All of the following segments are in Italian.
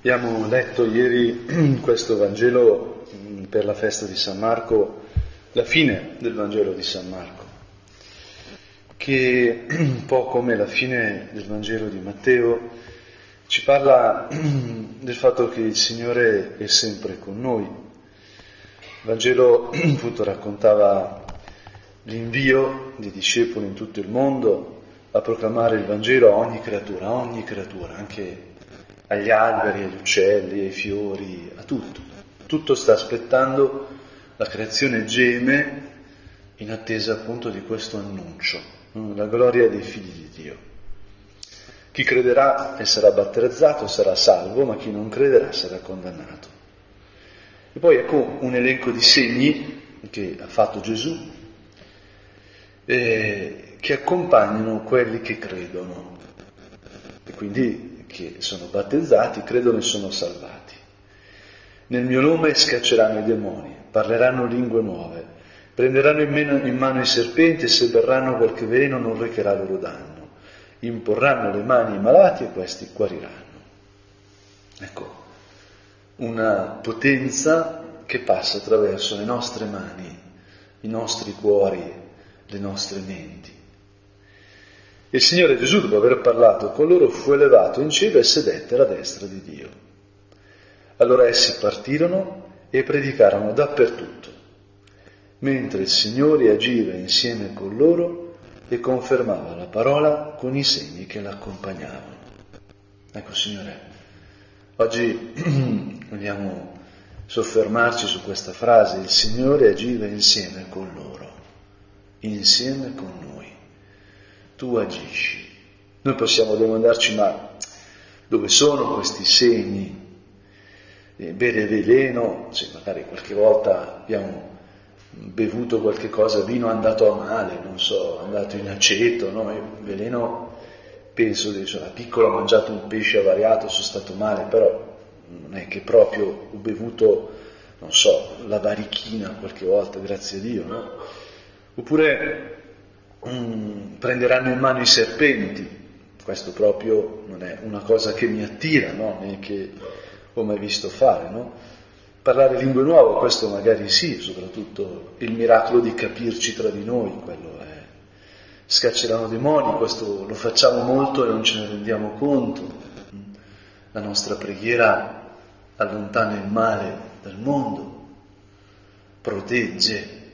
Abbiamo letto ieri questo Vangelo per la festa di San Marco, la fine del Vangelo di San Marco, che un po' come la fine del Vangelo di Matteo ci parla del fatto che il Signore è sempre con noi. Il Vangelo appunto raccontava l'invio di discepoli in tutto il mondo a proclamare il Vangelo a ogni creatura, anche agli alberi, agli uccelli, ai fiori, a tutto. Tutto sta aspettando, la creazione geme in attesa appunto di questo annuncio, la gloria dei figli di Dio. Chi crederà e sarà battezzato sarà salvo, ma chi non crederà sarà condannato. E poi ecco un elenco di segni che ha fatto Gesù, che accompagnano quelli che credono e quindi che sono battezzati, credono e sono salvati. Nel mio nome scacceranno i demoni, parleranno lingue nuove, prenderanno in mano i serpenti e se berranno qualche veleno non recherà loro danno, imporranno le mani ai malati e questi guariranno. Ecco, una potenza che passa attraverso le nostre mani, i nostri cuori, le nostre menti. Il Signore Gesù, dopo aver parlato con loro, fu elevato in cielo e sedette alla destra di Dio. Allora essi partirono e predicarono dappertutto, mentre il Signore agiva insieme con loro e confermava la parola con i segni che l'accompagnavano. Ecco, Signore, oggi vogliamo soffermarci su questa frase: il Signore agiva insieme con loro, insieme con noi. Tu agisci. Noi possiamo domandarci: ma dove sono questi segni? Bere veleno, se magari qualche volta abbiamo bevuto qualche cosa, vino andato a male, non so, andato in aceto, no? Il veleno, penso che da piccolo ho mangiato un pesce avariato, sono stato male, però non è che proprio ho bevuto, non so, la varichina qualche volta, grazie a Dio, no? Oppure prenderanno in mano i serpenti, questo proprio non è una cosa che mi attira, no? Né che ho mai visto fare, no? Parlare lingue nuove, questo magari sì, soprattutto il miracolo di capirci tra di noi, quello è. Scacceranno demoni, questo lo facciamo molto e non ce ne rendiamo conto. La nostra preghiera allontana il male dal mondo, protegge.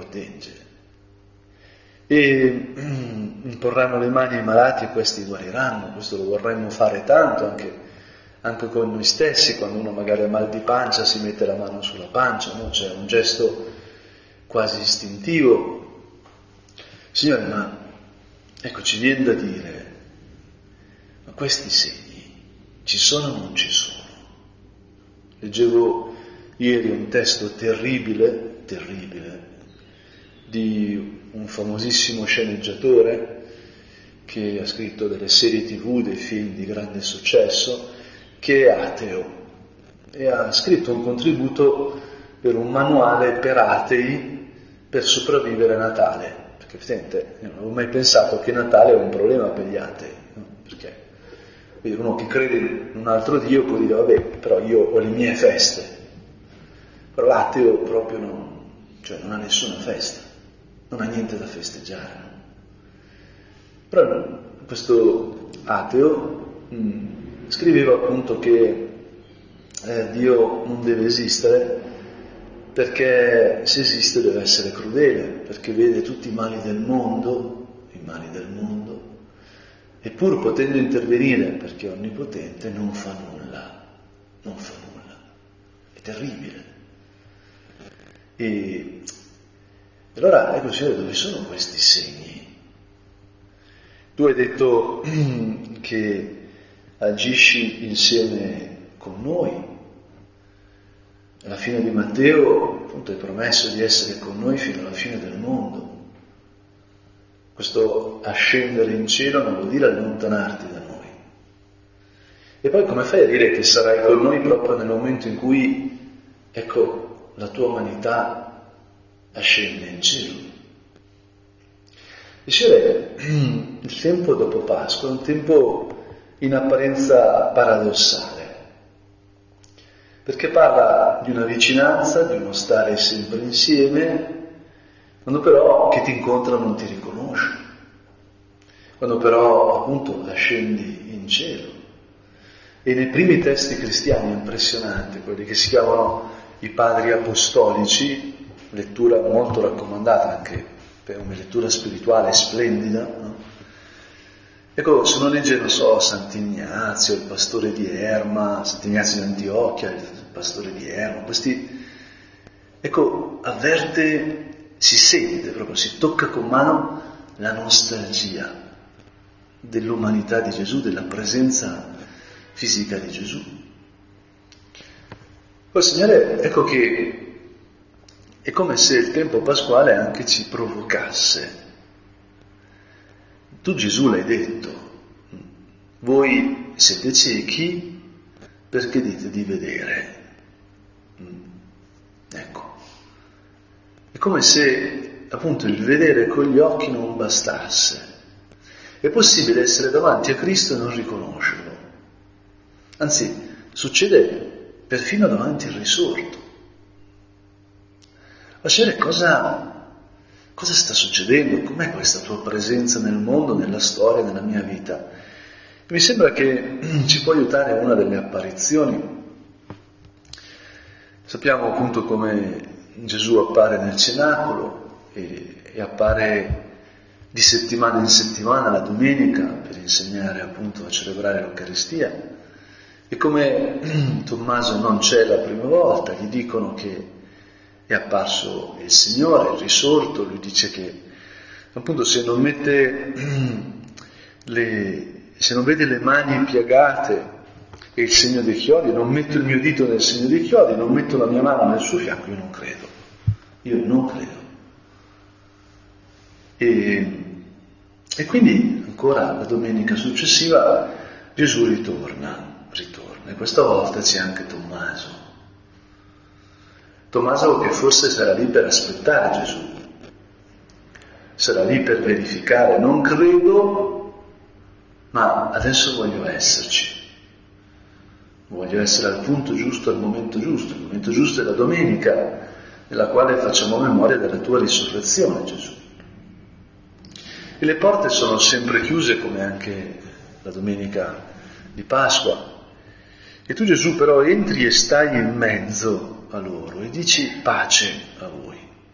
E imporranno le mani ai malati e questi guariranno. Questo lo vorremmo fare tanto anche con noi stessi, quando uno magari ha mal di pancia si mette la mano sulla pancia, no? C'è un gesto quasi istintivo. Signore, ma ecco, ci viene da dire: ma questi segni ci sono o non ci sono? Leggevo ieri un testo terribile, di un famosissimo sceneggiatore che ha scritto delle serie TV, dei film di grande successo, che è ateo e ha scritto un contributo per un manuale per atei per sopravvivere a Natale, perché effettivamente non avevo mai pensato che Natale è un problema per gli atei, no? Perché uno che crede in un altro Dio può dire: vabbè, però io ho le mie feste, però l'ateo proprio non ha nessuna festa, non ha niente da festeggiare, no? Però questo ateo scriveva appunto che Dio non deve esistere, perché se esiste deve essere crudele, perché vede tutti i mali del mondo, e pur potendo intervenire, perché è onnipotente, non fa nulla. È terribile. E allora, ecco, Signore, dove sono questi segni? Tu hai detto che agisci insieme con noi. Alla fine di Matteo, appunto, hai promesso di essere con noi fino alla fine del mondo. Questo ascendere in cielo non vuol dire allontanarti da noi. E poi come fai a dire che sarai con noi proprio nel momento in cui, ecco, la tua umanità ascende in cielo? Dicevo, il tempo dopo Pasqua è un tempo in apparenza paradossale. perché parla di una vicinanza, di uno stare sempre insieme, quando però chi ti incontra non ti riconosce, quando però appunto ascendi in cielo. E nei primi testi cristiani impressionanti, quelli che si chiamano i padri apostolici, lettura molto raccomandata anche per una lettura spirituale splendida, no? Ecco, se uno legge, non so, Sant'Ignazio, il pastore di Erma, Sant'Ignazio di Antiochia, il pastore di Erma, questi, ecco, avverte, si sente proprio, si tocca con mano la nostalgia dell'umanità di Gesù, della presenza fisica di Gesù. Poi, Signore, ecco che è come se il tempo pasquale anche ci provocasse. Tu, Gesù, l'hai detto, voi siete ciechi perché dite di vedere. Ecco, è come se appunto il vedere con gli occhi non bastasse. È possibile essere davanti a Cristo e non riconoscerlo. Anzi, succede perfino davanti al risorto. Ma Signore, cosa sta succedendo? Com'è questa tua presenza nel mondo, nella storia, nella mia vita? E mi sembra che ci può aiutare una delle apparizioni. Sappiamo appunto come Gesù appare nel cenacolo e appare di settimana in settimana la domenica per insegnare appunto a celebrare l'Eucaristia. E come Tommaso non c'è la prima volta, gli dicono che è apparso il Signore, il risorto, lui dice che appunto se non vede le mani piegate e il segno dei chiodi, non metto il mio dito nel segno dei chiodi, non metto la mia mano nel suo fianco, io non credo. E quindi ancora la domenica successiva Gesù ritorna, e questa volta c'è anche Tommaso che forse sarà lì per aspettare Gesù, sarà lì per verificare, non credo, ma adesso voglio esserci, voglio essere al punto giusto, al momento giusto. Il momento giusto è la domenica, nella quale facciamo memoria della tua risurrezione, Gesù. E le porte sono sempre chiuse, come anche la domenica di Pasqua. E tu, Gesù, però entri e stai in mezzo a loro e dici pace a voi.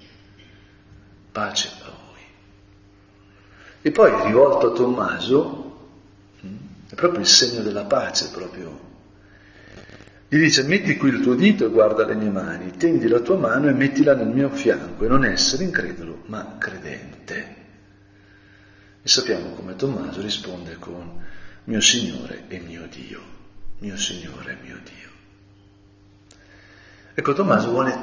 Pace a voi. E poi, rivolto a Tommaso, è proprio il segno della pace, proprio. Gli dice, metti qui il tuo dito e guarda le mie mani, tendi la tua mano e mettila nel mio fianco e non essere incredulo, ma credente. E sappiamo come Tommaso risponde con mio Signore e mio Dio. Mio Signore e mio Dio. Ecco, Tommaso vuole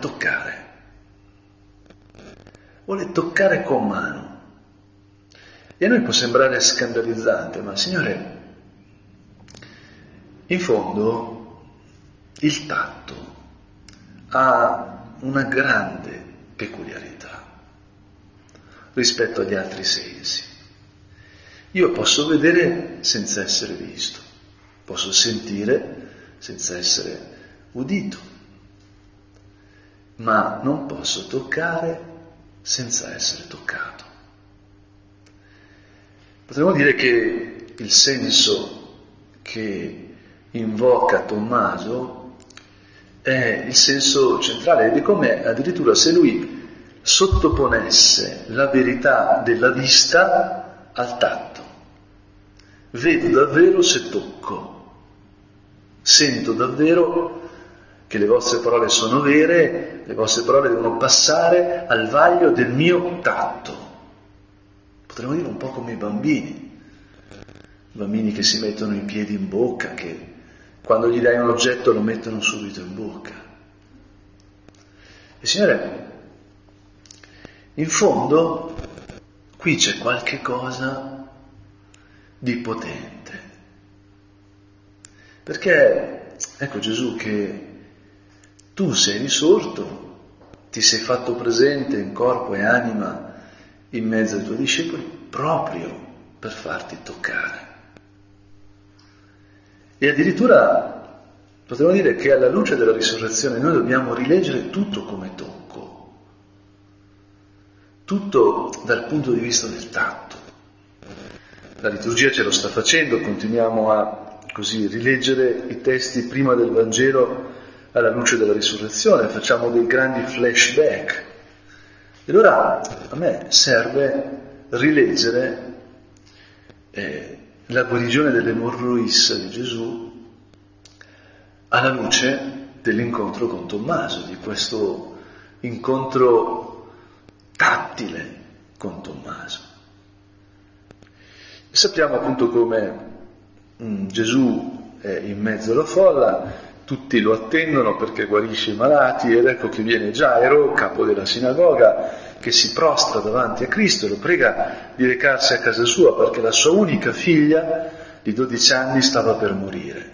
toccare con mano. E a noi può sembrare scandalizzante, ma Signore, in fondo il tatto ha una grande peculiarità rispetto agli altri sensi. Io posso vedere senza essere visto. Posso sentire senza essere udito, ma non posso toccare senza essere toccato. Potremmo dire che il senso che invoca Tommaso è il senso centrale, ed è come addirittura se lui sottoponesse la verità della vista al tatto. Vedo davvero se tocco, sento davvero che le vostre parole sono vere, le vostre parole devono passare al vaglio del mio tatto. Potremmo dire un po' come i bambini che si mettono i piedi in bocca, che quando gli dai un oggetto lo mettono subito in bocca. E Signore, in fondo qui c'è qualche cosa di potente, perché ecco Gesù che tu sei risorto, ti sei fatto presente in corpo e anima in mezzo ai tuoi discepoli proprio per farti toccare. E addirittura Potremmo dire che alla luce della risurrezione noi dobbiamo rileggere tutto come tocco, tutto dal punto di vista del tatto. La liturgia ce lo sta facendo, continuiamo a così rileggere i testi prima del Vangelo alla luce della risurrezione, facciamo dei grandi flashback. E allora a me serve rileggere la guarigione dell'emorroissa di Gesù alla luce dell'incontro con Tommaso, di questo incontro tattile con Tommaso. E sappiamo appunto come Gesù è in mezzo alla folla, tutti lo attendono perché guarisce i malati, ed ecco che viene Gairo, capo della sinagoga, che si prostra davanti a Cristo e lo prega di recarsi a casa sua perché la sua unica figlia di 12 anni stava per morire.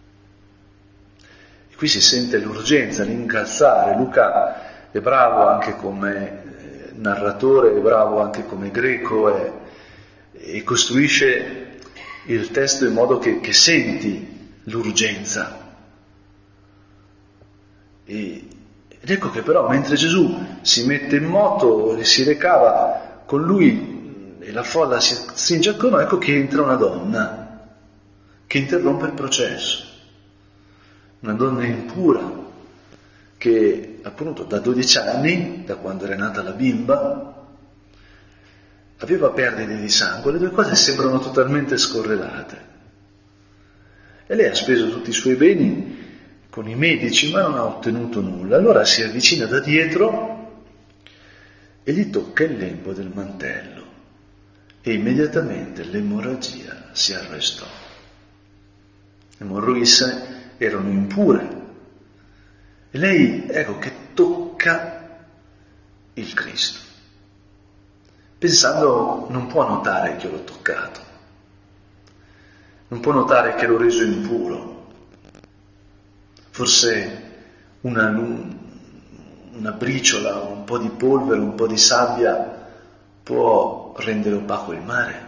E qui si sente l'urgenza, l'incalzare. Luca è bravo anche come narratore, è bravo anche come greco e costruisce il testo in modo che senti l'urgenza. Ed ecco che però mentre Gesù si mette in moto e si recava con lui e la folla si stringe attorno, ecco che entra una donna che interrompe il processo, una donna impura che appunto da 12 anni, da quando era nata la bimba, aveva perdite di sangue, le due cose sembrano totalmente scorrelate. E lei ha speso tutti i suoi beni con i medici, ma non ha ottenuto nulla. Allora si avvicina da dietro e gli tocca il lembo del mantello e immediatamente l'emorragia si arrestò. Le emorroisse erano impure e lei, ecco, che tocca il Cristo, pensando non può notare che l'ho toccato, non può notare che l'ho reso impuro. Forse una briciola, un po' di polvere, un po' di sabbia può rendere opaco il mare.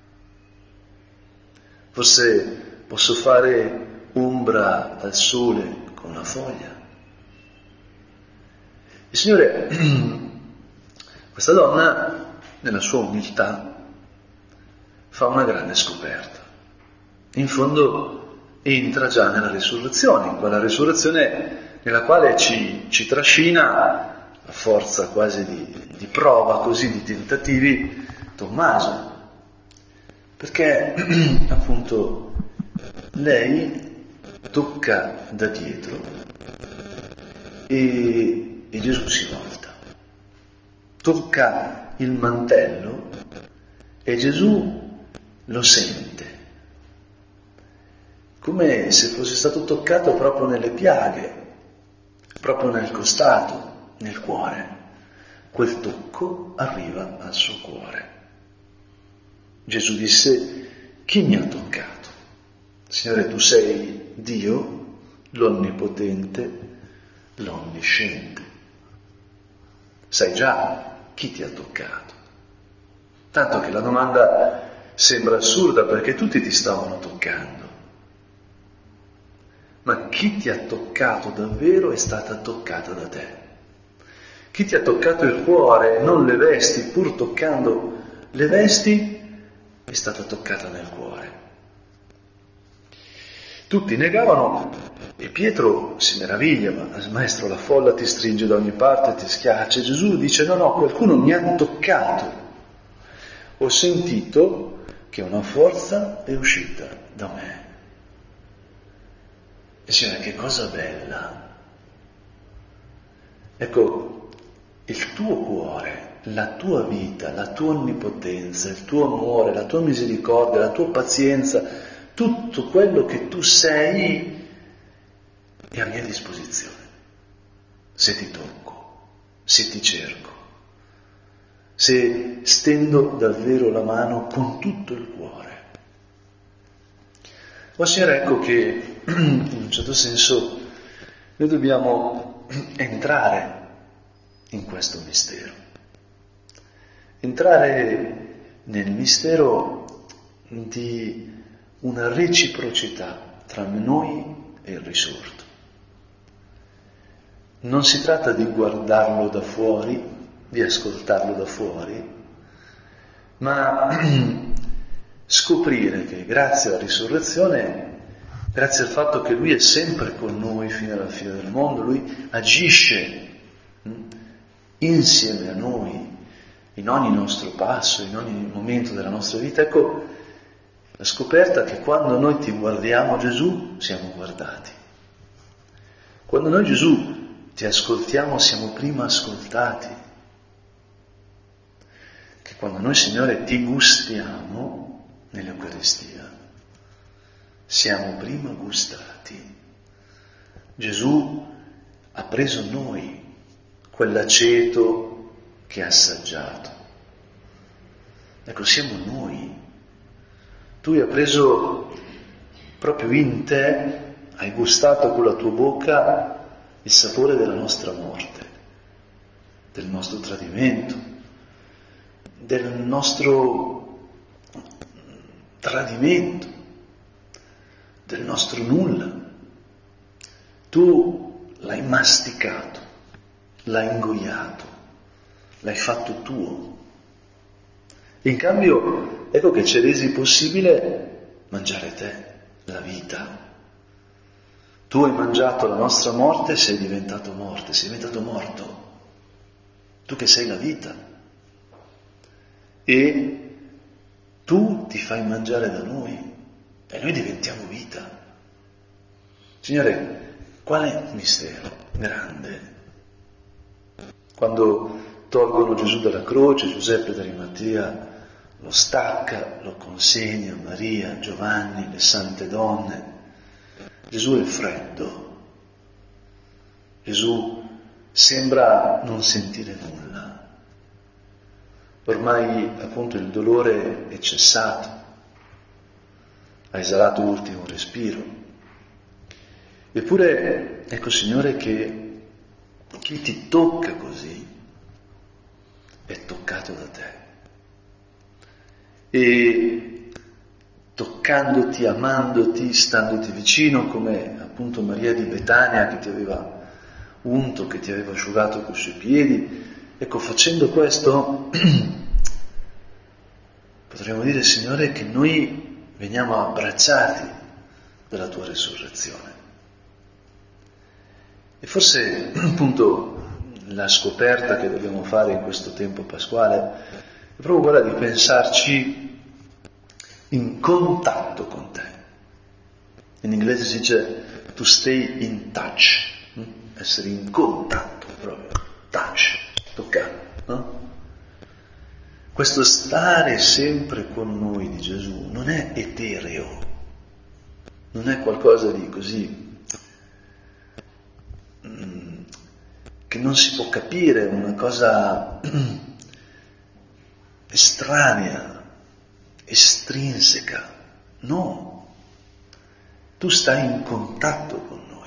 Forse posso fare ombra al sole con una foglia. Il Signore, questa donna, nella sua umiltà, fa una grande scoperta. In fondo entra già nella risurrezione, in quella risurrezione nella quale ci trascina, a forza quasi di prova, così di tentativi, Tommaso. Perché appunto lei tocca da dietro e Gesù si volta. Tocca il mantello e Gesù lo sente, come se fosse stato toccato proprio nelle piaghe, proprio nel costato, nel cuore. Quel tocco arriva al suo cuore. Gesù disse: chi mi ha toccato? Signore, tu sei Dio, l'onnipotente, l'onnisciente. Sai già chi ti ha toccato. Tanto che la domanda sembra assurda perché tutti ti stavano toccando. Ma chi ti ha toccato davvero è stata toccata da te. Chi ti ha toccato il cuore, non le vesti, pur toccando le vesti, è stata toccata nel cuore. Tutti negavano e Pietro si meraviglia: ma maestro, la folla ti stringe da ogni parte, ti schiaccia. E Gesù dice: no, qualcuno mi ha toccato. Ho sentito che una forza è uscita da me. E Signore, che cosa bella! Ecco, il tuo cuore, la tua vita, la tua onnipotenza, il tuo amore, la tua misericordia, la tua pazienza, tutto quello che tu sei è a mia disposizione. Se ti tocco, se ti cerco, se stendo davvero la mano con tutto il cuore. O Signore, ecco che in un certo senso noi dobbiamo entrare in questo mistero, entrare nel mistero di una reciprocità tra noi è il risorto. Non si tratta di guardarlo da fuori, di ascoltarlo da fuori, ma scoprire che grazie alla risurrezione, grazie al fatto che Lui è sempre con noi fino alla fine del mondo, Lui agisce insieme a noi in ogni nostro passo, in ogni momento della nostra vita. Ecco la scoperta che quando noi ti guardiamo, Gesù, siamo guardati. Quando noi, Gesù, ti ascoltiamo, siamo prima ascoltati. Che quando noi, Signore, ti gustiamo nell'Eucaristia, siamo prima gustati. Gesù ha preso noi quell'aceto che ha assaggiato. Ecco, siamo noi. Tu hai preso proprio in te, hai gustato con la tua bocca il sapore della nostra morte, del nostro tradimento, del nostro tradimento, del nostro nulla. Tu l'hai masticato, l'hai ingoiato, l'hai fatto tuo. In cambio, ecco che ci è resi possibile mangiare te, la vita. Tu hai mangiato la nostra morte e sei diventato morte, sei diventato morto. Tu che sei la vita. E tu ti fai mangiare da noi e noi diventiamo vita. Signore, quale mistero grande. Quando tolgono Gesù dalla croce, Giuseppe d'Arimatea lo stacca, lo consegna a Maria, Giovanni, le sante donne. Gesù è freddo, Gesù sembra non sentire nulla, ormai appunto il dolore è cessato, ha esalato l'ultimo respiro. Eppure, ecco Signore, che chi ti tocca così è toccato da te. E toccandoti, amandoti, standoti vicino, come appunto Maria di Betania che ti aveva unto, che ti aveva asciugato coi suoi piedi, ecco, facendo questo potremmo dire, Signore, che noi veniamo abbracciati dalla tua risurrezione. E forse appunto la scoperta che dobbiamo fare in questo tempo pasquale è proprio quella di pensarci in contatto con te. In inglese si dice to stay in touch, essere in contatto proprio, touch, toccare, no? Questo stare sempre con noi di Gesù non è etereo, non è qualcosa di così che non si può capire, una cosa estranea, estrinseca. No, tu stai in contatto con noi.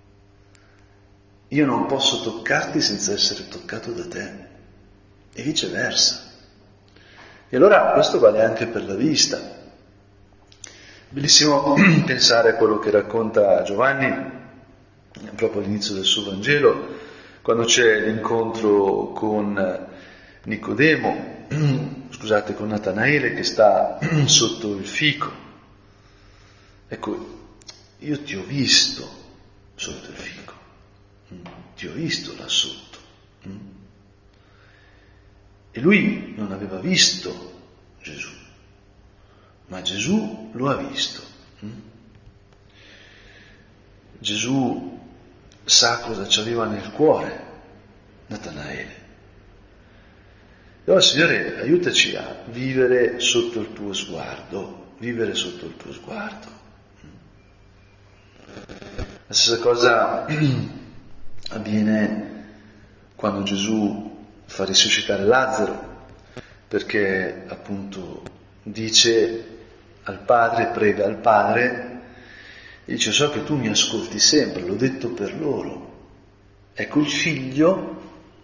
Io non posso toccarti senza essere toccato da te e viceversa. E allora questo vale anche per la vista. Bellissimo pensare a quello che racconta Giovanni proprio all'inizio del suo Vangelo, quando c'è l'incontro con Nicodemo, con Natanaele che sta sotto il fico. Ecco, io ti ho visto sotto il fico, ti ho visto là sotto. E lui non aveva visto Gesù, ma Gesù lo ha visto. Gesù sa cosa c'aveva nel cuore Natanaele. E allora, Signore, aiutaci a vivere sotto il tuo sguardo, vivere sotto il tuo sguardo. La stessa cosa avviene quando Gesù fa risuscitare Lazzaro, perché appunto dice al Padre, prega al Padre, e dice: so che tu mi ascolti sempre, l'ho detto per loro. Ecco, il figlio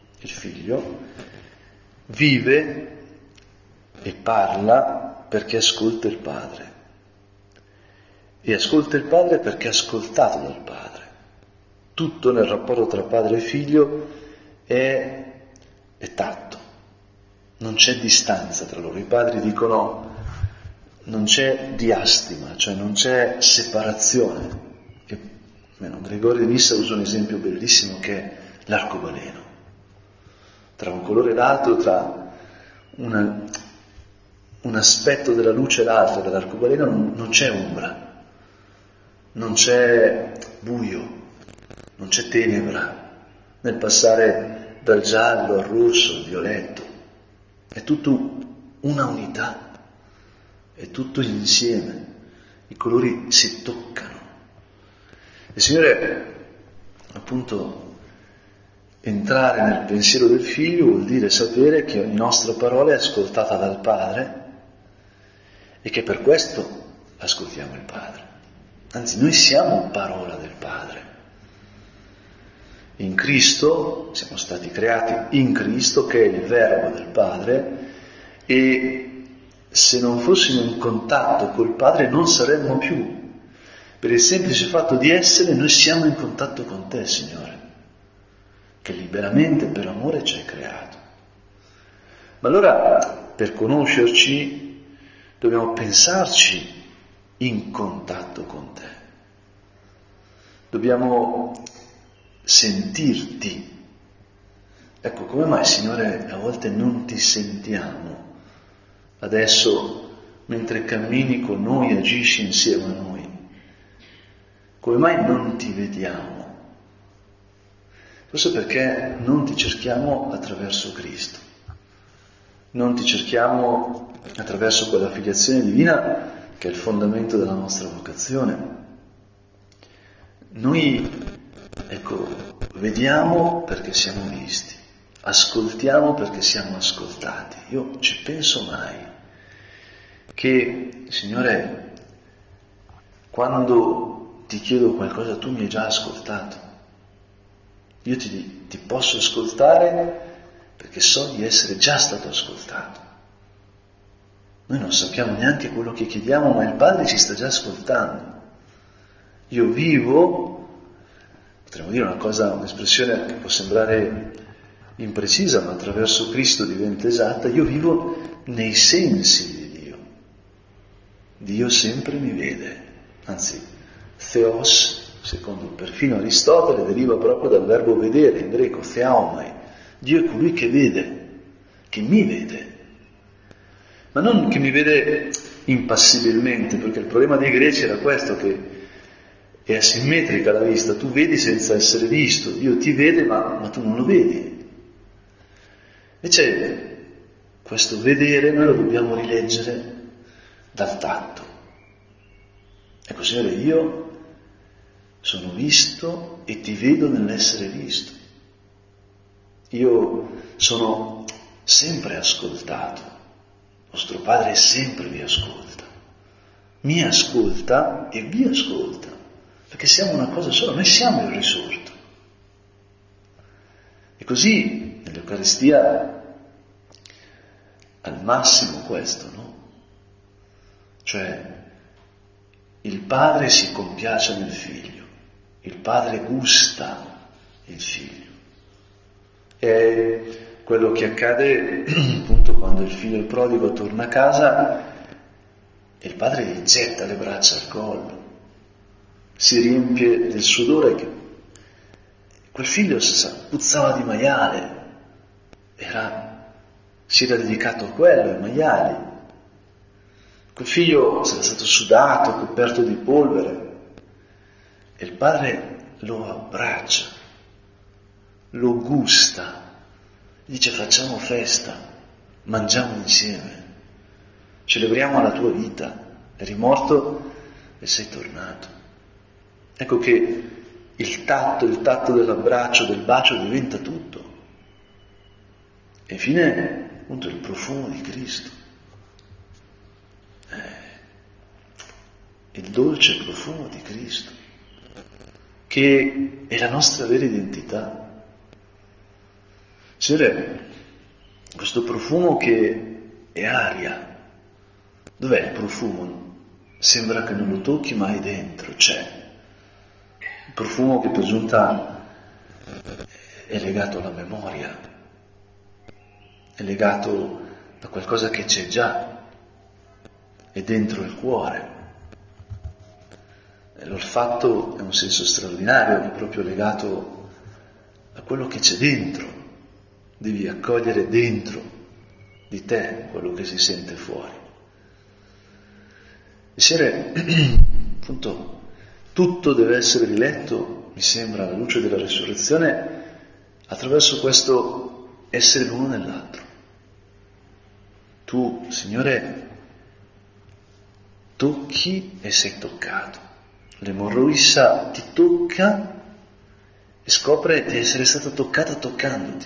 vive e parla perché ascolta il Padre. e ascolta il Padre perché è ascoltato dal Padre. Tutto nel rapporto tra padre e figlio è tatto, non c'è distanza tra loro. I padri dicono non c'è diastima, cioè non c'è separazione. Gregorio di Nissa usa un esempio bellissimo che è l'arcobaleno. Tra un colore e l'altro, tra un aspetto della luce e l'altro dell'arcobaleno non c'è ombra, non c'è buio, non c'è tenebra nel passare dal giallo al rosso al violetto. È tutto una unità, è tutto insieme, i colori si toccano. Il Signore, appunto, entrare nel pensiero del Figlio vuol dire sapere che ogni nostra parola è ascoltata dal Padre e che per questo ascoltiamo il Padre. Anzi, noi siamo parola del Padre. In Cristo, siamo stati creati in Cristo, che è il Verbo del Padre, e se non fossimo in contatto col Padre non saremmo più. Per il semplice fatto di essere, noi siamo in contatto con te, Signore, che liberamente per amore ci hai creato. Ma allora, per conoscerci, dobbiamo pensarci in contatto con te. Dobbiamo sentirti. Ecco, come mai, Signore, a volte non ti sentiamo? Adesso, mentre cammini con noi, agisci insieme a noi. Come mai non ti vediamo? Forse perché non ti cerchiamo attraverso Cristo. Non ti cerchiamo attraverso quella filiazione divina che è il fondamento della nostra vocazione. Noi, vediamo perché siamo visti, ascoltiamo perché siamo ascoltati. Io ci penso mai che, Signore, quando ti chiedo qualcosa tu mi hai già ascoltato. Io ti posso ascoltare perché so di essere già stato ascoltato. Noi non sappiamo neanche quello che chiediamo, ma il Padre ci sta già ascoltando. Io vivo, potremmo dire un'espressione che può sembrare imprecisa, ma attraverso Cristo diventa esatta, io vivo nei sensi di Dio. Dio sempre mi vede, anzi, theos, secondo perfino Aristotele, deriva proprio dal verbo vedere, in greco, theaomai. Dio è colui che vede, che mi vede. Ma non che mi vede impassibilmente, perché il problema dei greci era questo, che è asimmetrica la vista, tu vedi senza essere visto, Dio ti vede ma tu non lo vedi. Invece questo vedere noi lo dobbiamo rileggere dal tatto. Ecco, Signore, io sono visto e ti vedo nell'essere visto. Io sono sempre ascoltato. Vostro Padre sempre vi ascolta. Mi ascolta e vi ascolta. Perché siamo una cosa sola, noi siamo il risorto. E così nell'Eucaristia al massimo questo, no? Cioè il Padre si compiace nel Figlio, il Padre gusta il Figlio. È quello che accade appunto quando il figlio prodigo torna a casa e il padre gli getta le braccia al collo, si riempie del sudore. Quel figlio puzzava di maiale, si era dedicato a quello, ai maiali. Quel figlio era stato sudato, coperto di polvere, e il padre lo abbraccia, lo gusta, dice facciamo festa, mangiamo insieme, celebriamo la tua vita, eri morto e sei tornato. Ecco che il tatto dell'abbraccio, del bacio diventa tutto. E infine, appunto, il profumo di Cristo. Il dolce profumo di Cristo, che è la nostra vera identità. Signore, questo profumo che è aria, dov'è il profumo? sembra che non lo tocchi, ma è dentro, c'è. Il profumo che per giunta è legato alla memoria, è legato a qualcosa che c'è già, è dentro il cuore. E l'olfatto è un senso straordinario, è proprio legato a quello che c'è dentro. Devi accogliere dentro di te quello che si sente fuori. Essere, appunto, tutto deve essere riletto, mi sembra, alla luce della resurrezione, attraverso questo essere l'uno nell'altro. Tu, Signore, tocchi e sei toccato. L'emorroissa ti tocca e scopre di essere stata toccata toccandoti.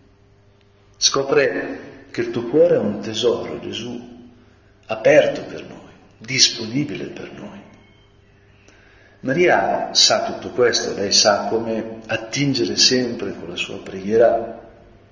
Scopre che il tuo cuore è un tesoro, Gesù, aperto per noi, disponibile per noi. Maria sa tutto questo, lei sa come attingere sempre con la sua preghiera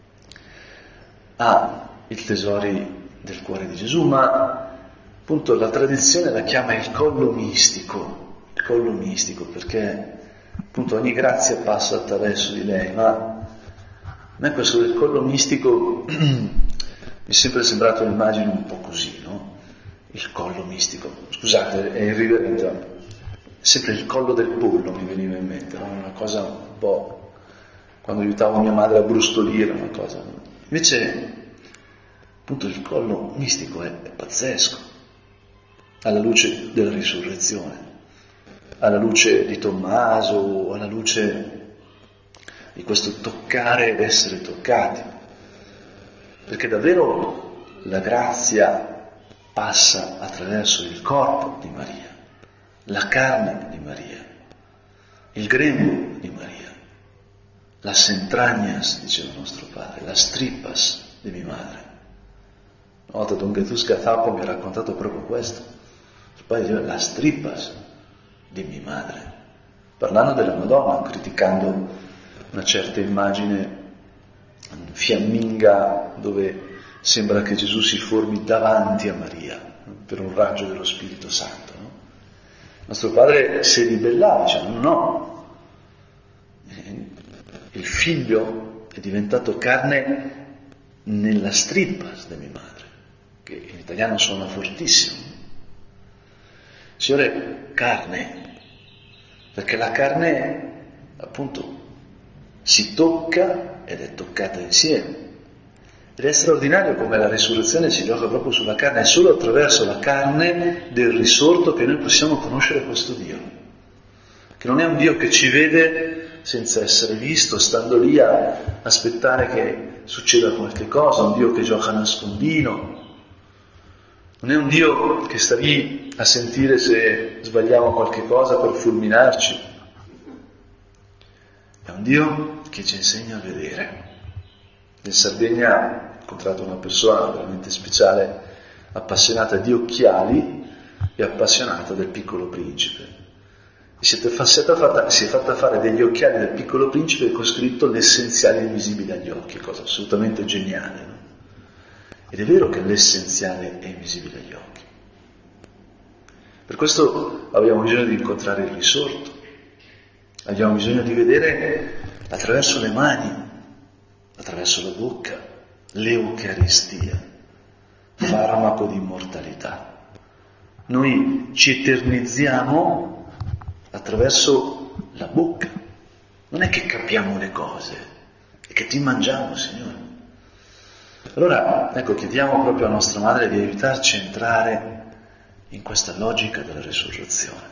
ai tesori del cuore di Gesù, ma appunto la tradizione la chiama il collo mistico, perché appunto ogni grazia passa attraverso di lei, ma a me questo del collo mistico mi è sempre sembrato un'immagine un po' così, no? Il collo mistico, scusate, è irriverente, sempre il collo del pollo mi veniva in mente, no? Una cosa un po', quando aiutavo mia madre a brustolire, una cosa. Invece, appunto, il collo mistico è pazzesco, alla luce della risurrezione, alla luce di Tommaso, alla luce di questo toccare ed essere toccati, perché davvero la grazia passa attraverso il corpo di Maria, la carne di Maria, il grembo di Maria, las entrañas, diceva nostro padre, las tripas di mia madre. Una volta Don Gesù Cazapo mi ha raccontato proprio questo. Il padre diceva las tripas di mia madre, parlando della Madonna, criticando una certa immagine fiamminga dove sembra che Gesù si formi davanti a Maria per un raggio dello Spirito Santo, no? Nostro padre si ribellava, diceva no, il figlio è diventato carne nella tripas di mia madre, che in italiano suona fortissimo. Signore, carne, perché la carne appunto si tocca ed è toccata insieme. Ed è straordinario come la risurrezione si gioca proprio sulla carne, è solo attraverso la carne del risorto che noi possiamo conoscere questo Dio, che non è un Dio che ci vede senza essere visto, stando lì a aspettare che succeda qualche cosa, un Dio che gioca a nascondino, non è un Dio che sta lì a sentire se sbagliamo qualche cosa per fulminarci, è un Dio che ci insegna a vedere. In Sardegna ho incontrato una persona veramente speciale, appassionata di occhiali e appassionata del Piccolo Principe. E si è fatta fare degli occhiali del Piccolo Principe con scritto l'essenziale invisibile agli occhi, cosa assolutamente geniale, no? Ed è vero che l'essenziale è invisibile agli occhi. Per questo abbiamo bisogno di incontrare il risorto, abbiamo bisogno di vedere attraverso le mani, attraverso la bocca, l'Eucaristia, farmaco di immortalità. Noi ci eternizziamo attraverso la bocca. Non è che capiamo le cose, è che ti mangiamo, Signore. Allora, ecco, chiediamo proprio a nostra Madre di aiutarci a entrare in questa logica della risurrezione,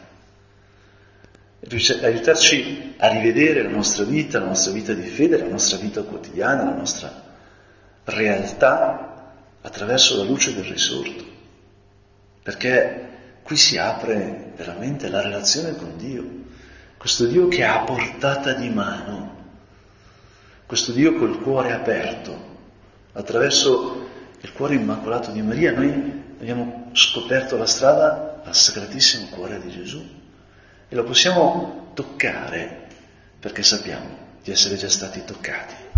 aiutarci a rivedere la nostra vita di fede, la nostra vita quotidiana, la nostra realtà attraverso la luce del risorto, perché qui si apre veramente la relazione con Dio, questo Dio che è a portata di mano, questo Dio col cuore aperto. Attraverso il cuore immacolato di Maria noi abbiamo scoperto la strada al Sacratissimo Cuore di Gesù e lo possiamo toccare perché sappiamo di essere già stati toccati.